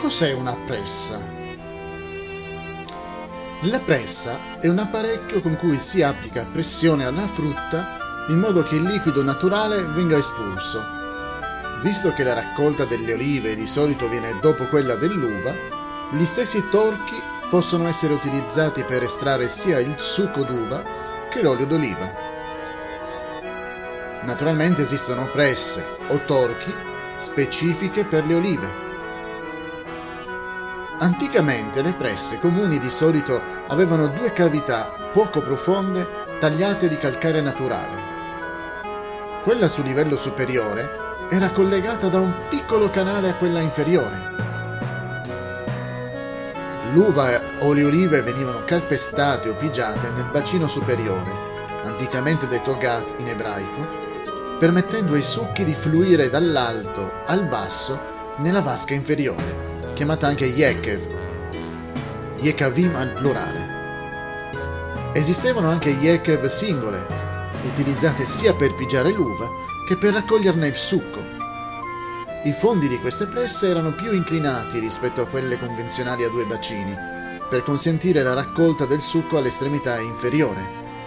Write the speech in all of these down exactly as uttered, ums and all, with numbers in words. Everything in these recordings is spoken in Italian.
Cos'è una pressa? La pressa è un apparecchio con cui si applica pressione alla frutta in modo che il liquido naturale venga espulso. Visto che la raccolta delle olive di solito viene dopo quella dell'uva, gli stessi torchi possono essere utilizzati per estrarre sia il succo d'uva che l'olio d'oliva. Naturalmente esistono presse o torchi specifiche per le olive. Anticamente le presse comuni di solito avevano due cavità poco profonde tagliate di calcare naturale. Quella sul livello superiore era collegata da un piccolo canale a quella inferiore. L'uva o le olive venivano calpestate o pigiate nel bacino superiore, anticamente detto gat in ebraico, permettendo ai succhi di fluire dall'alto al basso nella vasca inferiore, chiamata anche Yekev, Yekavim al plurale. Esistevano anche Yekev singole, utilizzate sia per pigiare l'uva che per raccoglierne il succo. I fondi di queste presse erano più inclinati rispetto a quelle convenzionali a due bacini, per consentire la raccolta del succo all'estremità inferiore.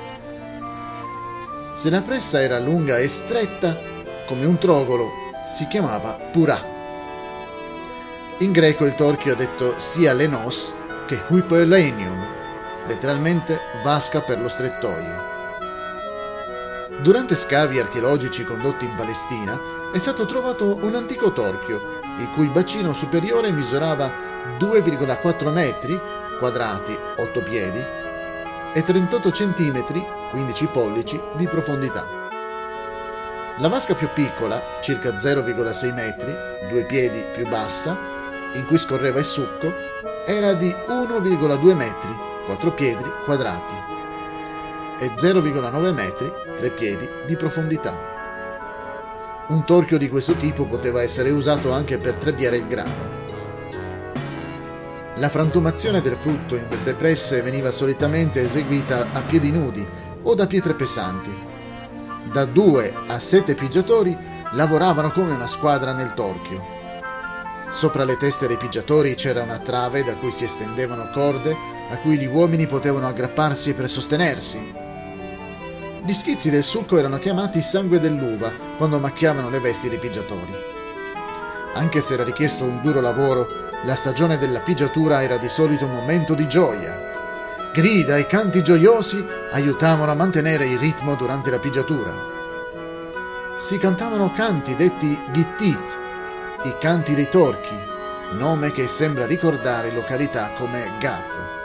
Se la pressa era lunga e stretta, come un trogolo, si chiamava purà. In greco il torchio è detto sia lenos che hypoelenium, letteralmente vasca per lo strettoio. Durante scavi archeologici condotti in Palestina è stato trovato un antico torchio, il cui bacino superiore misurava due virgola quattro metri quadrati, otto piedi, e trentotto centimetri, quindici pollici, di profondità. La vasca più piccola, circa zero virgola sei metri, due piedi più bassa, in cui scorreva il succo, era di uno virgola due metri, quattro piedi quadrati, e zero virgola nove metri, tre piedi di profondità. Un torchio di questo tipo poteva essere usato anche per trebbiare il grano. La frantumazione del frutto in queste presse veniva solitamente eseguita a piedi nudi o da pietre pesanti. Da due a sette pigiatori lavoravano come una squadra nel torchio. Sopra le teste dei pigiatori c'era una trave da cui si estendevano corde a cui gli uomini potevano aggrapparsi per sostenersi. Gli schizzi del succo erano chiamati sangue dell'uva quando macchiavano le vesti dei pigiatori. Anche se era richiesto un duro lavoro, la stagione della pigiatura era di solito un momento di gioia. Grida e canti gioiosi aiutavano a mantenere il ritmo durante la pigiatura. Si cantavano canti detti gittit, i canti dei torchi, nome che sembra ricordare località come Gat.